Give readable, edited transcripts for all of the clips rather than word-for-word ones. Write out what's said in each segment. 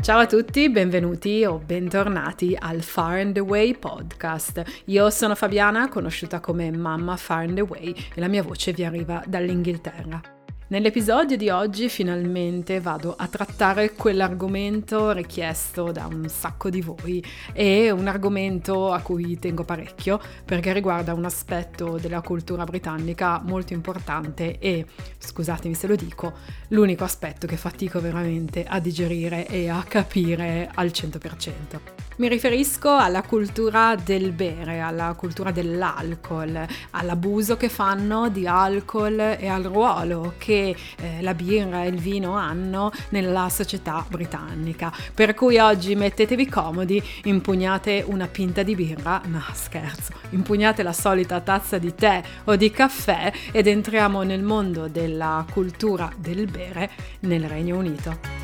Ciao a tutti, benvenuti o bentornati al Far and Away podcast. Io sono Fabiana, conosciuta come Mamma Far and Away, e la mia voce vi arriva dall'Inghilterra. Nell'episodio di oggi finalmente vado a trattare quell'argomento richiesto da un sacco di voi e un argomento a cui tengo parecchio perché riguarda un aspetto della cultura britannica molto importante e, scusatemi se lo dico, l'unico aspetto che fatico veramente a digerire e a capire al 100%. Mi riferisco alla cultura del bere, alla cultura dell'alcol, all'abuso che fanno di alcol e al ruolo che la birra e il vino hanno nella società britannica. Per cui oggi mettetevi comodi, impugnate una pinta di birra, no scherzo, impugnate la solita tazza di tè o di caffè ed entriamo nel mondo della cultura del bere nel Regno Unito.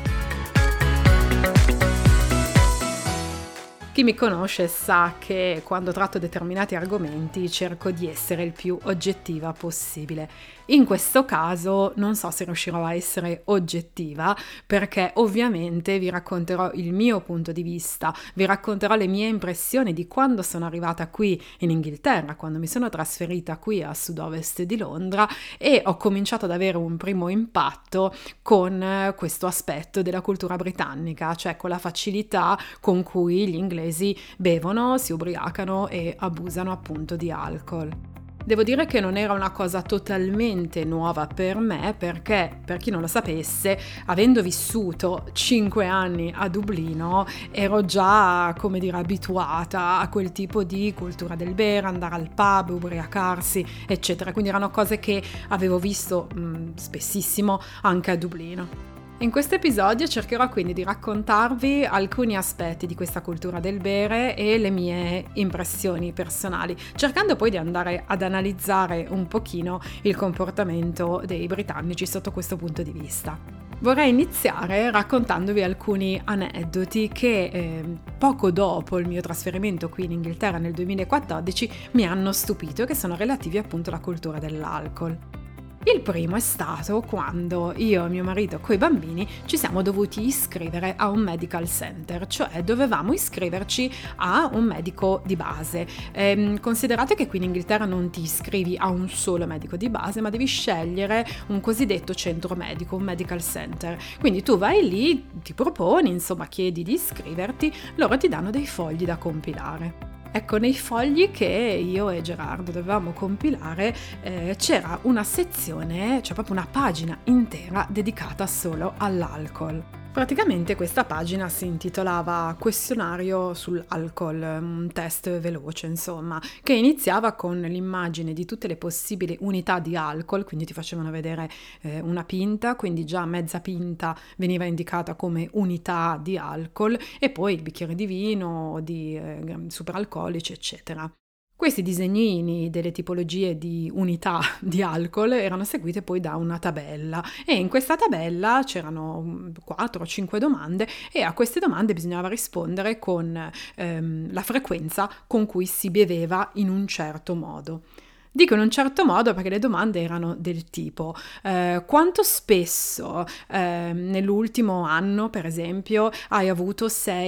Chi mi conosce sa che quando tratto determinati argomenti cerco di essere il più oggettiva possibile. In questo caso non so se riuscirò a essere oggettiva perché ovviamente vi racconterò il mio punto di vista, vi racconterò le mie impressioni di quando sono arrivata qui in Inghilterra, quando mi sono trasferita qui a sud-ovest di Londra e ho cominciato ad avere un primo impatto con questo aspetto della cultura britannica, cioè con la facilità con cui gli inglesi bevono, si ubriacano e abusano appunto di alcol. Devo dire che non era una cosa totalmente nuova per me perché, per chi non lo sapesse, avendo vissuto 5 anni a Dublino, ero già, come dire, abituata a quel tipo di cultura del bere, andare al pub, ubriacarsi, eccetera. Quindi erano cose che avevo visto spessissimo anche a Dublino. In questo episodio cercherò quindi di raccontarvi alcuni aspetti di questa cultura del bere e le mie impressioni personali, cercando poi di andare ad analizzare un pochino il comportamento dei britannici sotto questo punto di vista. Vorrei iniziare raccontandovi alcuni aneddoti che poco dopo il mio trasferimento qui in Inghilterra nel 2014 mi hanno stupito e che sono relativi appunto alla cultura dell'alcol. Il primo è stato quando io e mio marito coi bambini ci siamo dovuti iscrivere a un medical center, cioè dovevamo iscriverci a un medico di base. Considerate che qui in Inghilterra non ti iscrivi a un solo medico di base, ma devi scegliere un cosiddetto centro medico, un medical center. Quindi tu vai lì, ti proponi, insomma chiedi di iscriverti, loro ti danno dei fogli da compilare. Ecco, nei fogli che io e Gerardo dovevamo compilare c'era una sezione, cioè proprio una pagina intera dedicata solo all'alcol. Praticamente questa pagina si intitolava Questionario sull'alcol, un test veloce insomma, che iniziava con l'immagine di tutte le possibili unità di alcol, quindi ti facevano vedere una pinta, quindi già mezza pinta veniva indicata come unità di alcol e poi il bicchiere di vino, di superalcolici eccetera. Questi disegnini delle tipologie di unità di alcol erano seguite poi da una tabella e in questa tabella c'erano 4 o 5 domande e a queste domande bisognava rispondere con la frequenza con cui si beveva in un certo modo. Dico in un certo modo perché le domande erano del tipo quanto spesso nell'ultimo anno per esempio hai bevuto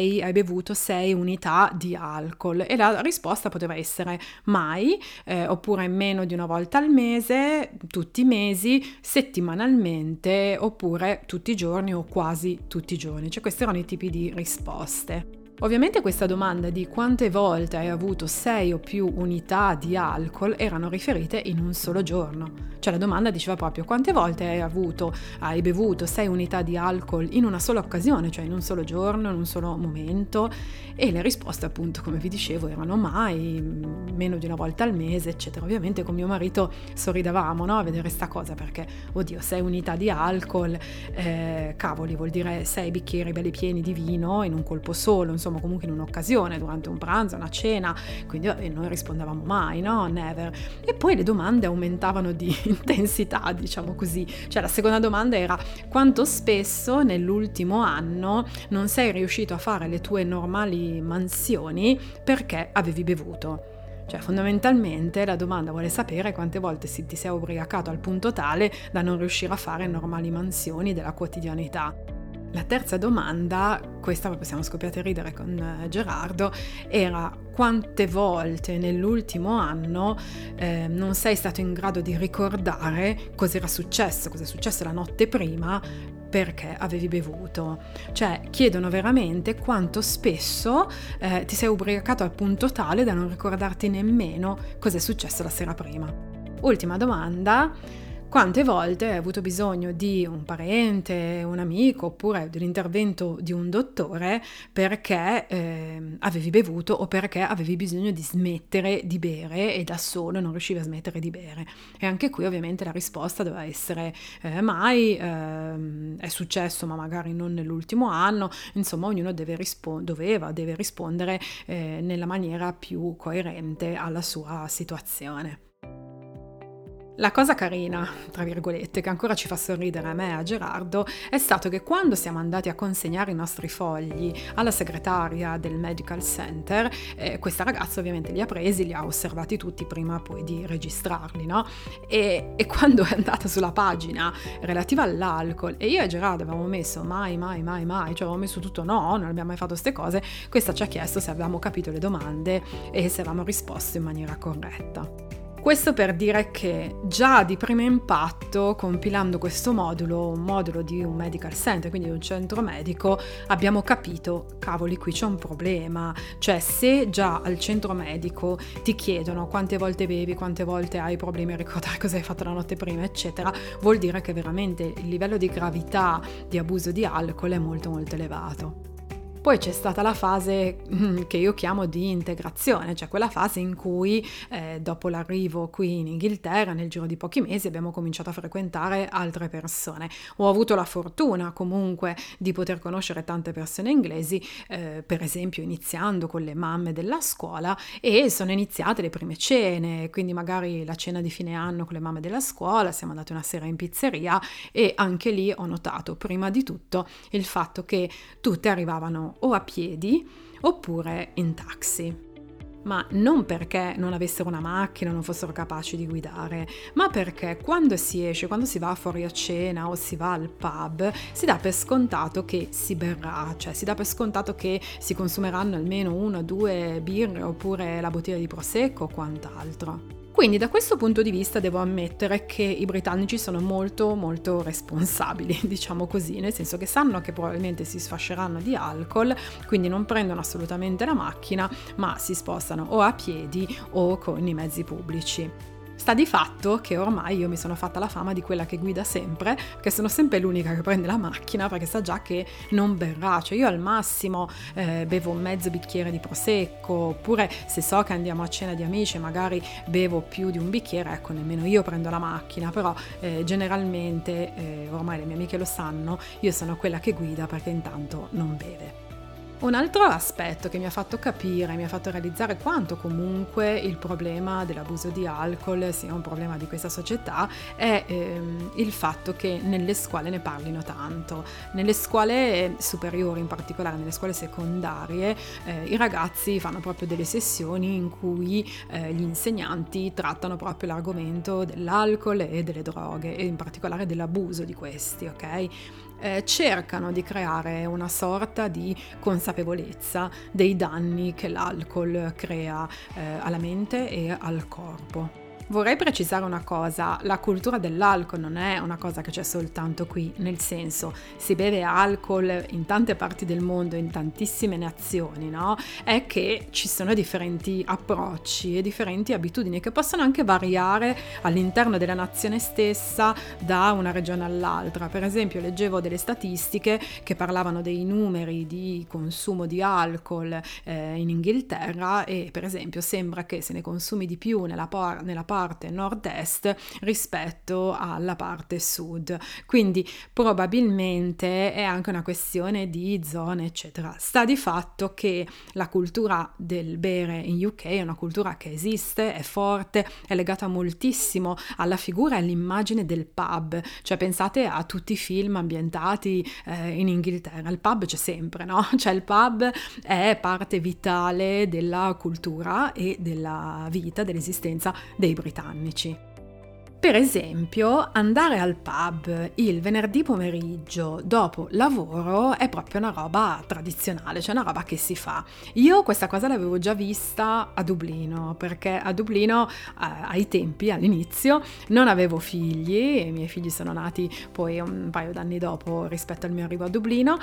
6 unità di alcol e la risposta poteva essere mai oppure meno di una volta al mese, tutti i mesi, settimanalmente oppure tutti i giorni o quasi tutti i giorni, cioè questi erano i tipi di risposte. Ovviamente questa domanda di quante volte hai avuto 6 o più unità di alcol erano riferite in un solo giorno. Cioè la domanda diceva proprio quante volte hai bevuto 6 unità di alcol in una sola occasione, cioè in un solo giorno, in un solo momento, e le risposte appunto come vi dicevo erano mai, meno di una volta al mese eccetera. Ovviamente con mio marito sorridavamo, no, a vedere sta cosa perché oddio 6 unità di alcol, cavoli, vuol dire 6 bicchieri belli pieni di vino in un colpo solo, insomma comunque in un'occasione, durante un pranzo, una cena, quindi noi rispondevamo mai, no, never. E poi le domande aumentavano di intensità, diciamo così, cioè la seconda domanda era quanto spesso nell'ultimo anno non sei riuscito a fare le tue normali mansioni perché avevi bevuto. Cioè fondamentalmente la domanda vuole sapere quante volte ti sei ubriacato al punto tale da non riuscire a fare normali mansioni della quotidianità. La terza domanda, questa proprio siamo scoppiati a ridere con Gerardo, era: quante volte nell'ultimo anno non sei stato in grado di ricordare cosa è successo la notte prima perché avevi bevuto. Cioè, chiedono veramente quanto spesso ti sei ubriacato al punto tale da non ricordarti nemmeno cosa è successo la sera prima. Ultima domanda: quante volte hai avuto bisogno di un parente, un amico oppure dell'intervento di un dottore perché avevi bevuto o perché avevi bisogno di smettere di bere e da solo non riuscivi a smettere di bere? E anche qui ovviamente la risposta doveva essere mai, è successo ma magari non nell'ultimo anno, insomma ognuno deve rispondere nella maniera più coerente alla sua situazione. La cosa carina, tra virgolette, che ancora ci fa sorridere a me e a Gerardo, è stato che quando siamo andati a consegnare i nostri fogli alla segretaria del Medical Center, questa ragazza ovviamente li ha presi, li ha osservati tutti prima poi di registrarli, no? E quando è andata sulla pagina relativa all'alcol, e io e Gerardo avevamo messo mai, cioè avevamo messo tutto no, non abbiamo mai fatto queste cose, questa ci ha chiesto se avevamo capito le domande e se avevamo risposto in maniera corretta. Questo per dire che già di primo impatto, compilando questo modulo, un modulo di un medical center, quindi di un centro medico, abbiamo capito, cavoli, qui c'è un problema. Cioè, se già al centro medico ti chiedono quante volte bevi, quante volte hai problemi a ricordare cosa hai fatto la notte prima, eccetera, vuol dire che veramente il livello di gravità di abuso di alcol è molto molto elevato. Poi c'è stata la fase che io chiamo di integrazione, cioè quella fase in cui dopo l'arrivo qui in Inghilterra, nel giro di pochi mesi, abbiamo cominciato a frequentare altre persone. Ho avuto la fortuna comunque di poter conoscere tante persone inglesi, per esempio iniziando con le mamme della scuola, e sono iniziate le prime cene, quindi magari la cena di fine anno con le mamme della scuola, siamo andati una sera in pizzeria e anche lì ho notato prima di tutto il fatto che tutte arrivavano o a piedi oppure in taxi. Ma non perché non avessero una macchina o non fossero capaci di guidare, ma perché quando si esce, quando si va fuori a cena o si va al pub, si dà per scontato che si berrà, cioè si dà per scontato che si consumeranno almeno 1 o 2 birre oppure la bottiglia di prosecco o quant'altro. Quindi da questo punto di vista devo ammettere che i britannici sono molto molto responsabili, diciamo così, nel senso che sanno che probabilmente si sfasceranno di alcol, quindi non prendono assolutamente la macchina, ma si spostano o a piedi o con i mezzi pubblici. Sta di fatto che ormai io mi sono fatta la fama di quella che guida sempre, che sono sempre l'unica che prende la macchina perché sa già che non berrà, cioè io al massimo bevo un mezzo bicchiere di prosecco, oppure se so che andiamo a cena di amici magari bevo più di un bicchiere, ecco nemmeno io prendo la macchina, però generalmente ormai le mie amiche lo sanno, io sono quella che guida perché intanto non beve. Un altro aspetto che mi ha fatto capire, mi ha fatto realizzare quanto comunque il problema dell'abuso di alcol sia un problema di questa società è il fatto che nelle scuole ne parlino tanto. Nelle scuole superiori, in particolare nelle scuole secondarie, i ragazzi fanno proprio delle sessioni in cui gli insegnanti trattano proprio l'argomento dell'alcol e delle droghe e in particolare dell'abuso di questi, ok? Cercano di creare una sorta di consapevolezza dei danni che l'alcol crea alla mente e al corpo. Vorrei precisare una cosa, la cultura dell'alcol non è una cosa che c'è soltanto qui, nel senso si beve alcol in tante parti del mondo, in tantissime nazioni, no? È che ci sono differenti approcci e differenti abitudini che possono anche variare all'interno della nazione stessa da una regione all'altra. Per esempio leggevo delle statistiche che parlavano dei numeri di consumo di alcol in Inghilterra e per esempio sembra che se ne consumi di più nella parte nord-est rispetto alla parte sud, quindi probabilmente è anche una questione di zone eccetera. Sta di fatto che la cultura del bere in UK è una cultura che esiste, è forte, è legata moltissimo alla figura e all'immagine del pub, cioè pensate a tutti i film ambientati in Inghilterra, il pub c'è sempre, no? Cioè il pub è parte vitale della cultura e della vita, dell'esistenza dei britannici. Per esempio, andare al pub il venerdì pomeriggio dopo lavoro è proprio una roba tradizionale, cioè una roba che si fa. Io questa cosa l'avevo già vista a Dublino, perché a Dublino ai tempi, all'inizio, non avevo figli, i miei figli sono nati poi un paio d'anni dopo rispetto al mio arrivo a Dublino,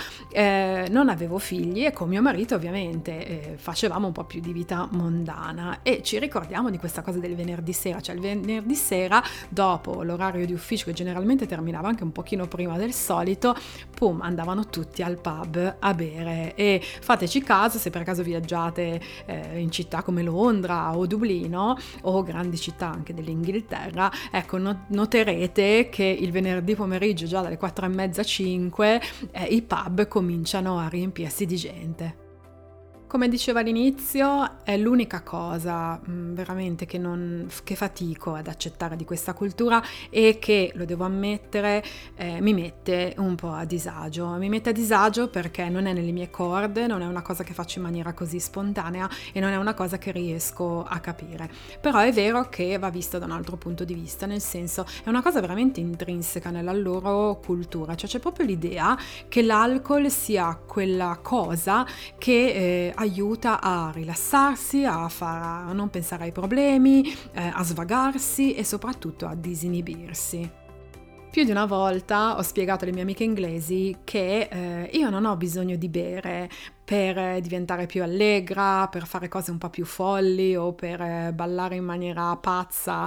non avevo figli e con mio marito ovviamente facevamo un po' più di vita mondana e ci ricordiamo di questa cosa del venerdì sera, cioè il venerdì sera dopo l'orario di ufficio che generalmente terminava anche un pochino prima del solito, pum, andavano tutti al pub a bere. E fateci caso se per caso viaggiate in città come Londra o Dublino o grandi città anche dell'Inghilterra, ecco, noterete che il venerdì pomeriggio già dalle 4:30-5 i pub cominciano a riempirsi di gente. Come dicevo all'inizio, è l'unica cosa veramente che fatico ad accettare di questa cultura e che, lo devo ammettere, mi mette un po' a disagio. Mi mette a disagio perché non è nelle mie corde, non è una cosa che faccio in maniera così spontanea e non è una cosa che riesco a capire. Però è vero che va vista da un altro punto di vista, nel senso è una cosa veramente intrinseca nella loro cultura, cioè c'è proprio l'idea che l'alcol sia quella cosa che aiuta a rilassarsi, a non pensare ai problemi, a svagarsi e soprattutto a disinibirsi. Più di una volta ho spiegato alle mie amiche inglesi che io non ho bisogno di bere per diventare più allegra, per fare cose un po' più folli o per ballare in maniera pazza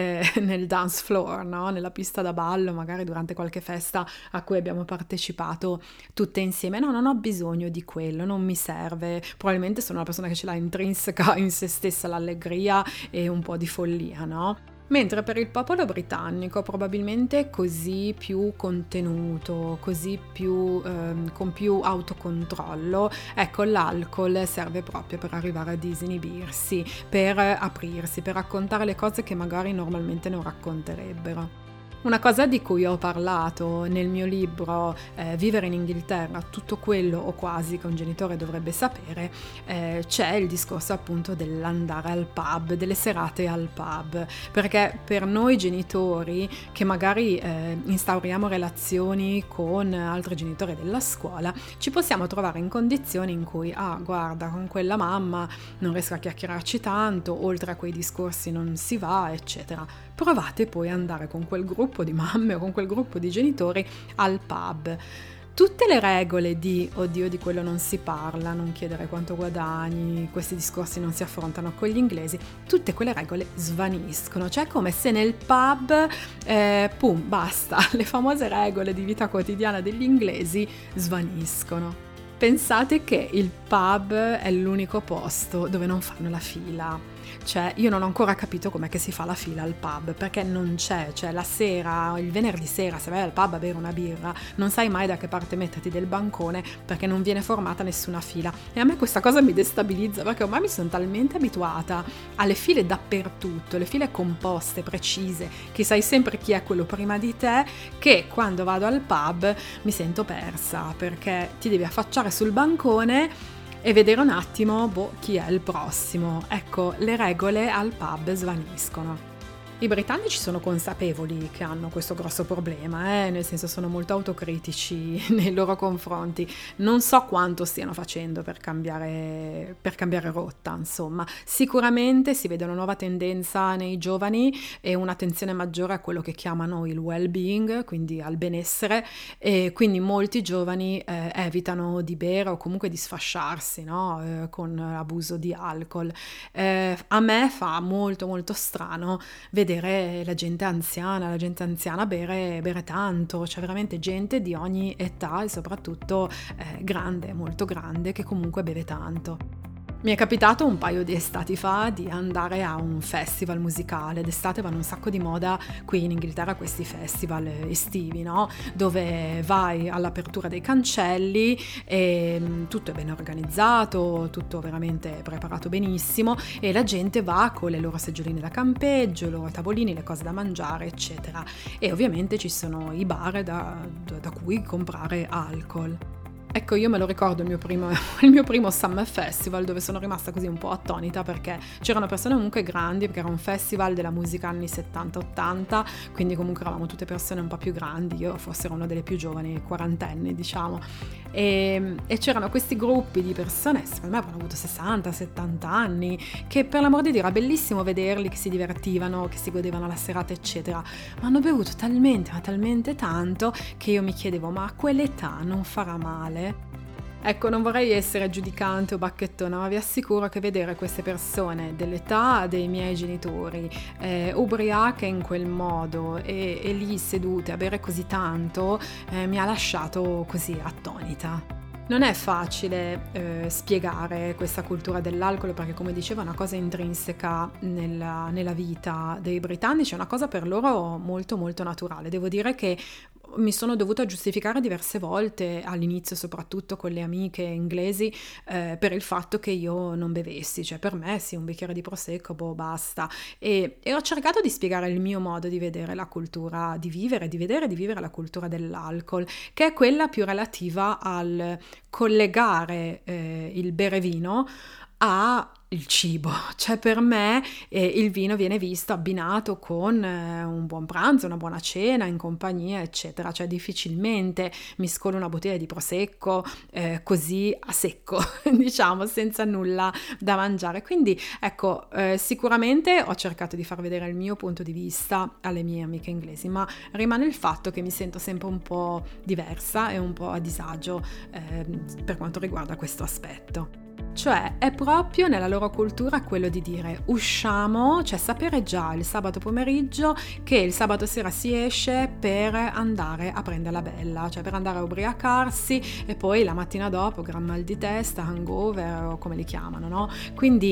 nel dance floor, no? Nella pista da ballo, magari durante qualche festa a cui abbiamo partecipato tutte insieme. No, non ho bisogno di quello, non mi serve. Probabilmente sono una persona che ce l'ha intrinseca in se stessa l'allegria e un po' di follia, no? Mentre per il popolo britannico probabilmente così più contenuto, così più con più autocontrollo, ecco, l'alcol serve proprio per arrivare a disinibirsi, per aprirsi, per raccontare le cose che magari normalmente non racconterebbero. Una cosa di cui ho parlato nel mio libro Vivere in Inghilterra, tutto quello o quasi che un genitore dovrebbe sapere, c'è il discorso appunto dell'andare al pub, delle serate al pub, perché per noi genitori che magari instauriamo relazioni con altri genitori della scuola, ci possiamo trovare in condizioni in cui, guarda, con quella mamma non riesco a chiacchierarci tanto, oltre a quei discorsi non si va, eccetera. Provate poi ad andare con quel gruppo di mamme o con quel gruppo di genitori al pub. Tutte le regole di oddio di quello non si parla, non chiedere quanto guadagni, questi discorsi non si affrontano con gli inglesi, tutte quelle regole svaniscono, cioè è come se nel pub, pum, basta, le famose regole di vita quotidiana degli inglesi svaniscono. Pensate che il pub è l'unico posto dove non fanno la fila. Cioè, io non ho ancora capito com'è che si fa la fila al pub, perché non c'è, cioè la sera, il venerdì sera, se vai al pub a bere una birra, non sai mai da che parte metterti del bancone, perché non viene formata nessuna fila. E a me questa cosa mi destabilizza, perché ormai mi sono talmente abituata alle file dappertutto, le file composte, precise, che sai sempre chi è quello prima di te, che quando vado al pub mi sento persa, perché ti devi affacciare sul bancone e vedere un attimo, chi è il prossimo. Ecco, le regole al pub svaniscono. I britannici sono consapevoli che hanno questo grosso problema, nel senso sono molto autocritici nei loro confronti. Non so quanto stiano facendo per cambiare rotta, insomma. Sicuramente si vede una nuova tendenza nei giovani e un'attenzione maggiore a quello che chiamano il well-being, quindi al benessere, e quindi molti giovani evitano di bere o comunque di sfasciarsi, no? Con abuso di alcol. A me fa molto molto strano vedere la gente anziana bere tanto, c'è veramente gente di ogni età e soprattutto grande, molto grande, che comunque beve tanto. Mi è capitato un paio di estati fa di andare a un festival musicale. D'estate vanno un sacco di moda qui in Inghilterra questi festival estivi, no? Dove vai all'apertura dei cancelli e tutto è ben organizzato, tutto veramente preparato benissimo e la gente va con le loro seggioline da campeggio, i loro tavolini, le cose da mangiare, eccetera. E ovviamente ci sono i bar da cui comprare alcol. Ecco, io me lo ricordo il mio primo Summer Festival, dove sono rimasta così un po' attonita perché c'erano persone comunque grandi, perché era un festival della musica anni 70-80, quindi comunque eravamo tutte persone un po' più grandi, io forse ero una delle più giovani, quarantenni diciamo, e c'erano questi gruppi di persone, secondo me avevano avuto 60-70 anni, che per l'amor di Dio era bellissimo vederli che si divertivano, che si godevano la serata eccetera, ma hanno bevuto talmente, ma talmente tanto che io mi chiedevo, ma a quell'età non farà male? Ecco, non vorrei essere giudicante o bacchettona, ma vi assicuro che vedere queste persone dell'età dei miei genitori ubriache in quel modo e lì sedute a bere così tanto mi ha lasciato così attonita. Non è facile spiegare questa cultura dell'alcol perché, come dicevo, è una cosa intrinseca nella vita dei britannici, è una cosa per loro molto molto naturale. Devo dire che mi sono dovuta giustificare diverse volte, all'inizio soprattutto con le amiche inglesi, per il fatto che io non bevessi, cioè per me sì, un bicchiere di prosecco, boh, basta. E ho cercato di spiegare il mio modo di vedere la cultura, di vivere la cultura dell'alcol, che è quella più relativa al collegare il bere vino a il cibo, cioè per me il vino viene visto abbinato con un buon pranzo, una buona cena in compagnia eccetera, cioè difficilmente miscolo una bottiglia di prosecco così a secco diciamo senza nulla da mangiare, quindi ecco sicuramente ho cercato di far vedere il mio punto di vista alle mie amiche inglesi, ma rimane il fatto che mi sento sempre un po' diversa e un po' a disagio per quanto riguarda questo aspetto. Cioè è proprio nella loro cultura quello di dire usciamo, cioè sapere già il sabato pomeriggio che il sabato sera si esce per andare a prendere la bella, cioè per andare a ubriacarsi e poi la mattina dopo gran mal di testa, hangover o come li chiamano, no? Quindi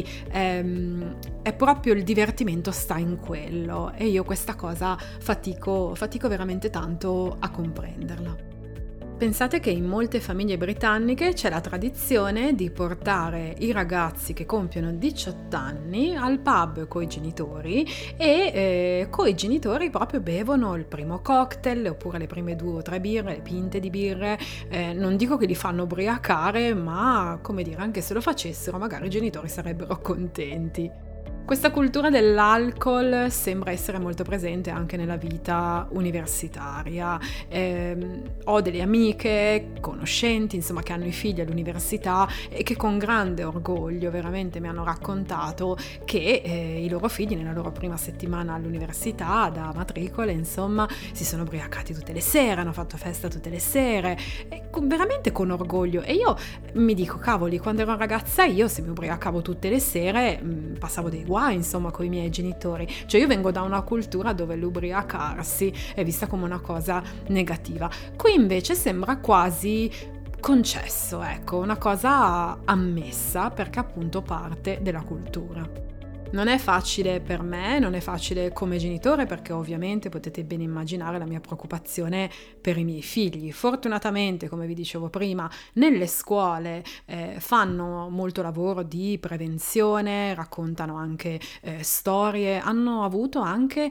è proprio il divertimento sta in quello e io questa cosa fatico veramente tanto a comprenderla. Pensate che in molte famiglie britanniche c'è la tradizione di portare i ragazzi che compiono 18 anni al pub coi genitori e coi genitori proprio bevono il primo cocktail oppure le prime 2 o 3 birre, le pinte di birre, non dico che li fanno ubriacare, ma come dire, anche se lo facessero magari i genitori sarebbero contenti. Questa cultura dell'alcol sembra essere molto presente anche nella vita universitaria. Ho delle amiche, conoscenti, insomma, che hanno i figli all'università e che con grande orgoglio veramente mi hanno raccontato che i loro figli nella loro prima settimana all'università, da matricole, insomma, si sono ubriacati tutte le sere, hanno fatto festa tutte le sere, veramente con orgoglio. E io mi dico, cavoli, quando ero ragazza io se mi ubriacavo tutte le sere passavo dei guai, insomma, con i miei genitori. Cioè io vengo da una cultura dove l'ubriacarsi è vista come una cosa negativa. Qui invece sembra quasi concesso, ecco, una cosa ammessa perché appunto parte della cultura. Non è facile per me, non è facile come genitore perché ovviamente potete ben immaginare la mia preoccupazione per i miei figli. Fortunatamente, come vi dicevo prima, nelle scuole fanno molto lavoro di prevenzione, raccontano anche storie, hanno avuto anche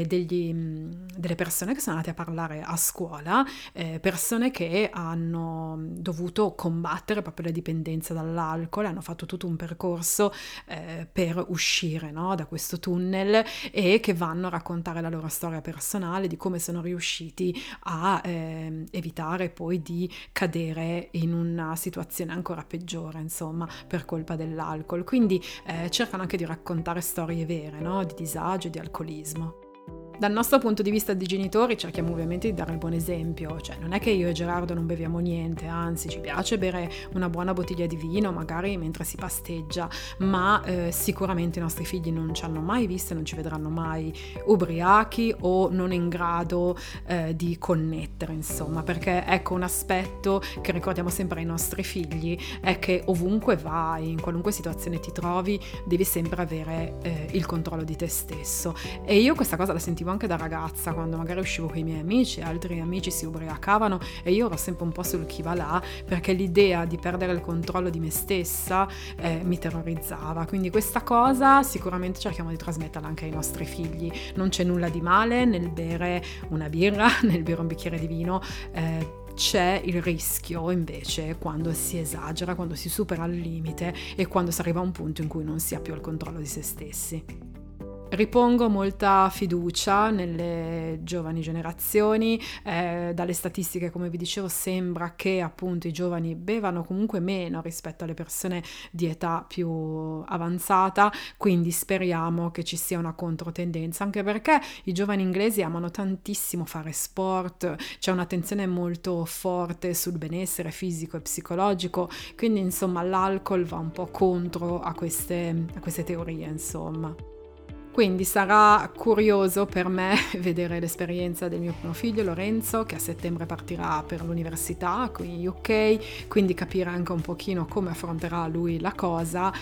delle persone che sono andate a parlare a scuola, persone che hanno dovuto combattere proprio la dipendenza dall'alcol, hanno fatto tutto un percorso per uscire, no, da questo tunnel e che vanno a raccontare la loro storia personale di come sono riusciti a evitare poi di cadere in una situazione ancora peggiore, insomma, per colpa dell'alcol. Quindi cercano anche di raccontare storie vere, no, di disagio e di alcolismo. Dal nostro punto di vista di genitori cerchiamo ovviamente di dare il buon esempio, cioè non è che io e Gerardo non beviamo niente, anzi ci piace bere una buona bottiglia di vino magari mentre si pasteggia, ma sicuramente i nostri figli non ci hanno mai visto e non ci vedranno mai ubriachi o non in grado di connettere, insomma, perché ecco un aspetto che ricordiamo sempre ai nostri figli è che ovunque vai, in qualunque situazione ti trovi, devi sempre avere il controllo di te stesso, e io questa cosa la sentivo vivevo anche da ragazza, quando magari uscivo con i miei amici e altri amici si ubriacavano e io ero sempre un po' sul chi va là, perché l'idea di perdere il controllo di me stessa mi terrorizzava. Quindi questa cosa sicuramente cerchiamo di trasmetterla anche ai nostri figli. Non c'è nulla di male nel bere una birra, nel bere un bicchiere di vino, c'è il rischio invece quando si esagera, quando si supera il limite e quando si arriva a un punto in cui non si ha più il controllo di se stessi. Ripongo molta fiducia nelle giovani generazioni, dalle statistiche, come vi dicevo, sembra che appunto i giovani bevano comunque meno rispetto alle persone di età più avanzata, quindi speriamo che ci sia una controtendenza, anche perché i giovani inglesi amano tantissimo fare sport, c'è un'attenzione molto forte sul benessere fisico e psicologico, quindi insomma l'alcol va un po' contro a queste teorie, insomma. Quindi sarà curioso per me vedere l'esperienza del mio primo figlio Lorenzo, che a settembre partirà per l'università qui in UK, quindi capire anche un pochino come affronterà lui la cosa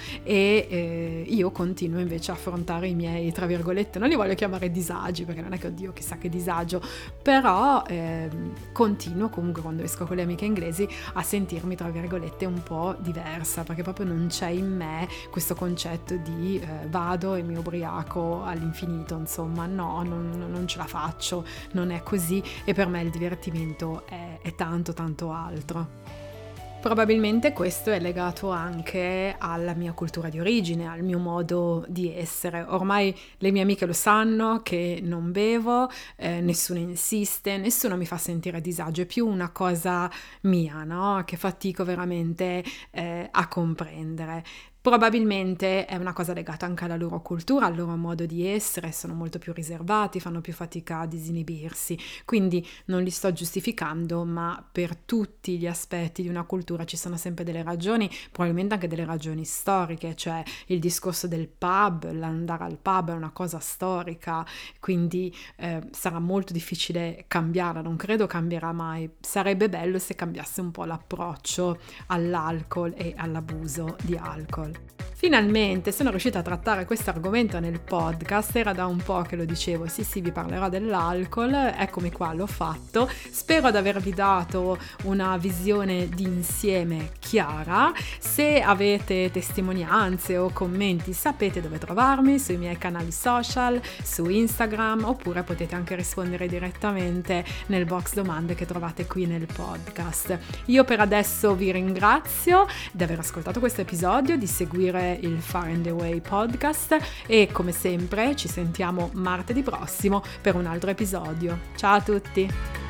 e io continuo invece a affrontare i miei, tra virgolette, non li voglio chiamare disagi perché non è che oddio chissà che disagio, però continuo comunque quando esco con le amiche inglesi a sentirmi, tra virgolette, un po' diversa, perché proprio non c'è in me questo concetto di vado e mi ubriaco all'infinito, insomma no, non ce la faccio, non è così, e per me il divertimento è tanto altro. Probabilmente questo è legato anche alla mia cultura di origine, al mio modo di essere. Ormai le mie amiche lo sanno che non bevo, nessuno insiste, nessuno mi fa sentire a disagio, è più una cosa mia, no? Che fatico veramente a comprendere. Probabilmente è una cosa legata anche alla loro cultura, al loro modo di essere, sono molto più riservati, fanno più fatica a disinibirsi, quindi non li sto giustificando, ma per tutti gli aspetti di una cultura ci sono sempre delle ragioni, probabilmente anche delle ragioni storiche, cioè il discorso del pub, l'andare al pub è una cosa storica, quindi sarà molto difficile cambiarla, non credo cambierà mai, sarebbe bello se cambiasse un po' l'approccio all'alcol e all'abuso di alcol. Finalmente sono riuscita a trattare questo argomento nel podcast, era da un po' che lo dicevo, sì vi parlerò dell'alcol, eccomi qua, l'ho fatto, spero di avervi dato una visione d'insieme chiara. Se avete testimonianze o commenti sapete dove trovarmi, sui miei canali social, su Instagram, oppure potete anche rispondere direttamente nel box domande che trovate qui nel podcast. Io per adesso vi ringrazio di aver ascoltato questo episodio, di seguire il Far and Away podcast e come sempre ci sentiamo martedì prossimo per un altro episodio. Ciao a tutti!